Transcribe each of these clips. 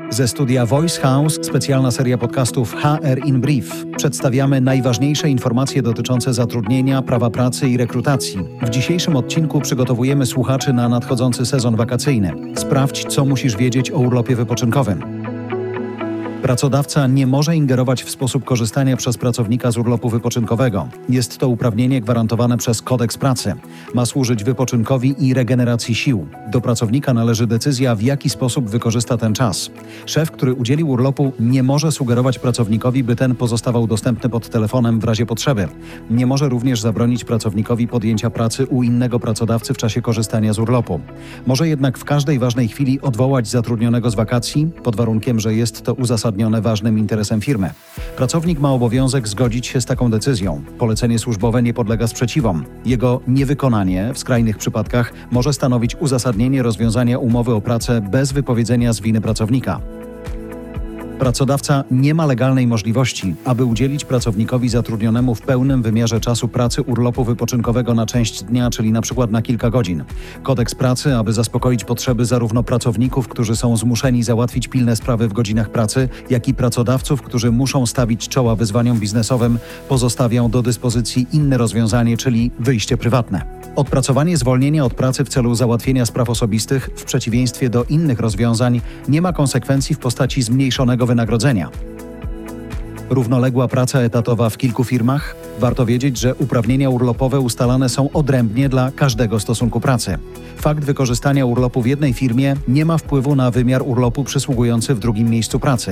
Ze studia Voice House specjalna seria podcastów HR in Brief. Przedstawiamy najważniejsze informacje dotyczące zatrudnienia, prawa pracy i rekrutacji. W dzisiejszym odcinku przygotowujemy słuchaczy na nadchodzący sezon wakacyjny. Sprawdź, co musisz wiedzieć o urlopie wypoczynkowym. Pracodawca nie może ingerować w sposób korzystania przez pracownika z urlopu wypoczynkowego. Jest to uprawnienie gwarantowane przez Kodeks pracy. Ma służyć wypoczynkowi i regeneracji sił. Do pracownika należy decyzja, w jaki sposób wykorzysta ten czas. Szef, który udzielił urlopu, nie może sugerować pracownikowi, by ten pozostawał dostępny pod telefonem w razie potrzeby. Nie może również zabronić pracownikowi podjęcia pracy u innego pracodawcy w czasie korzystania z urlopu. Może jednak w każdej ważnej chwili odwołać zatrudnionego z wakacji, pod warunkiem, że jest to uzasadnione ważnym interesem firmy. Pracownik ma obowiązek zgodzić się z taką decyzją. Polecenie służbowe nie podlega sprzeciwom. Jego niewykonanie w skrajnych przypadkach może stanowić uzasadnienie rozwiązania umowy o pracę bez wypowiedzenia z winy pracownika. Pracodawca nie ma legalnej możliwości, aby udzielić pracownikowi zatrudnionemu w pełnym wymiarze czasu pracy urlopu wypoczynkowego na część dnia, czyli np. na kilka godzin. Kodeks pracy, aby zaspokoić potrzeby zarówno pracowników, którzy są zmuszeni załatwić pilne sprawy w godzinach pracy, jak i pracodawców, którzy muszą stawić czoła wyzwaniom biznesowym, pozostawią do dyspozycji inne rozwiązanie, czyli wyjście prywatne. Odpracowanie zwolnienia od pracy w celu załatwienia spraw osobistych, w przeciwieństwie do innych rozwiązań, nie ma konsekwencji w postaci zmniejszonego wynagrodzenia. Równoległa praca etatowa w kilku firmach? Warto wiedzieć, że uprawnienia urlopowe ustalane są odrębnie dla każdego stosunku pracy. Fakt wykorzystania urlopu w jednej firmie nie ma wpływu na wymiar urlopu przysługujący w drugim miejscu pracy.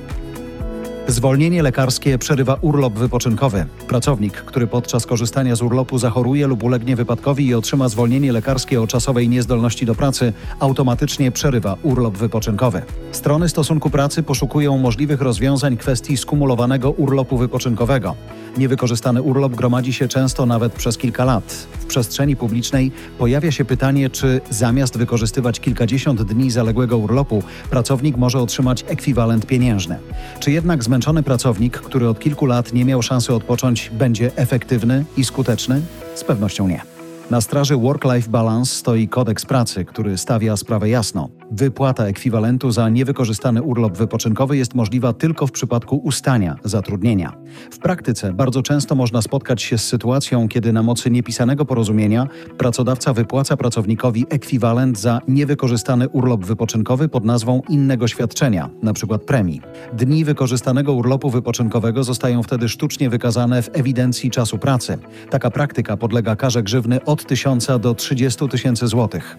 Zwolnienie lekarskie przerywa urlop wypoczynkowy. Pracownik, który podczas korzystania z urlopu zachoruje lub ulegnie wypadkowi i otrzyma zwolnienie lekarskie o czasowej niezdolności do pracy, automatycznie przerywa urlop wypoczynkowy. Strony stosunku pracy poszukują możliwych rozwiązań kwestii skumulowanego urlopu wypoczynkowego. Niewykorzystany urlop gromadzi się często nawet przez kilka lat. W przestrzeni publicznej pojawia się pytanie, czy zamiast wykorzystywać kilkadziesiąt dni zaległego urlopu, pracownik może otrzymać ekwiwalent pieniężny. Czy jednak zmęczony pracownik, który od kilku lat nie miał szansy odpocząć, będzie efektywny i skuteczny? Z pewnością nie. Na straży work-life balance stoi Kodeks pracy, który stawia sprawę jasno. Wypłata ekwiwalentu za niewykorzystany urlop wypoczynkowy jest możliwa tylko w przypadku ustania zatrudnienia. W praktyce bardzo często można spotkać się z sytuacją, kiedy na mocy niepisanego porozumienia pracodawca wypłaca pracownikowi ekwiwalent za niewykorzystany urlop wypoczynkowy pod nazwą innego świadczenia, np. premii. Dni wykorzystanego urlopu wypoczynkowego zostają wtedy sztucznie wykazane w ewidencji czasu pracy. Taka praktyka podlega karze grzywny od 1000 do 30 000 złotych.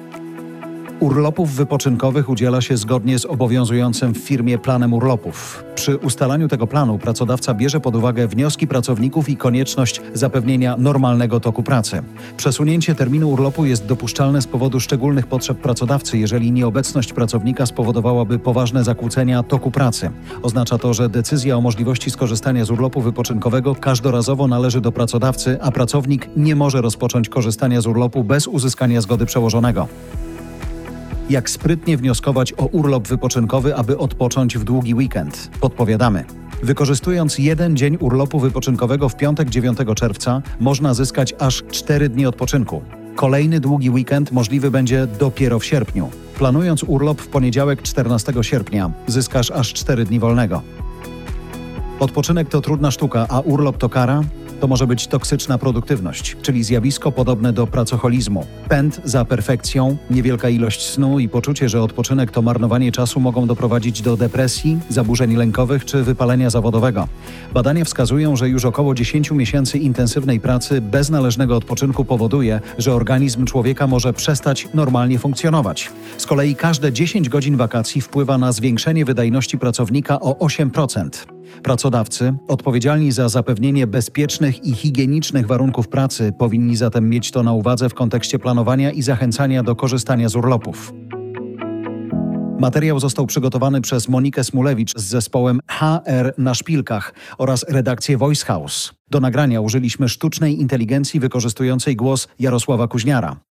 Urlopów wypoczynkowych udziela się zgodnie z obowiązującym w firmie planem urlopów. Przy ustalaniu tego planu pracodawca bierze pod uwagę wnioski pracowników i konieczność zapewnienia normalnego toku pracy. Przesunięcie terminu urlopu jest dopuszczalne z powodu szczególnych potrzeb pracodawcy, jeżeli nieobecność pracownika spowodowałaby poważne zakłócenia toku pracy. Oznacza to, że decyzja o możliwości skorzystania z urlopu wypoczynkowego każdorazowo należy do pracodawcy, a pracownik nie może rozpocząć korzystania z urlopu bez uzyskania zgody przełożonego. Jak sprytnie wnioskować o urlop wypoczynkowy, aby odpocząć w długi weekend? Podpowiadamy. Wykorzystując jeden dzień urlopu wypoczynkowego w piątek 9 czerwca, można zyskać aż 4 dni odpoczynku. Kolejny długi weekend możliwy będzie dopiero w sierpniu. Planując urlop w poniedziałek 14 sierpnia, zyskasz aż 4 dni wolnego. Odpoczynek to trudna sztuka, a urlop to kara? To może być toksyczna produktywność, czyli zjawisko podobne do pracoholizmu. Pęd za perfekcją, niewielka ilość snu i poczucie, że odpoczynek to marnowanie czasu mogą doprowadzić do depresji, zaburzeń lękowych czy wypalenia zawodowego. Badania wskazują, że już około 10 miesięcy intensywnej pracy bez należnego odpoczynku powoduje, że organizm człowieka może przestać normalnie funkcjonować. Z kolei każde 10 godzin wakacji wpływa na zwiększenie wydajności pracownika o 8%. Pracodawcy, odpowiedzialni za zapewnienie bezpiecznych i higienicznych warunków pracy, powinni zatem mieć to na uwadze w kontekście planowania i zachęcania do korzystania z urlopów. Materiał został przygotowany przez Monikę Smulewicz z zespołem HR na szpilkach oraz redakcję Voice House. Do nagrania użyliśmy sztucznej inteligencji wykorzystującej głos Jarosława Kuźniara.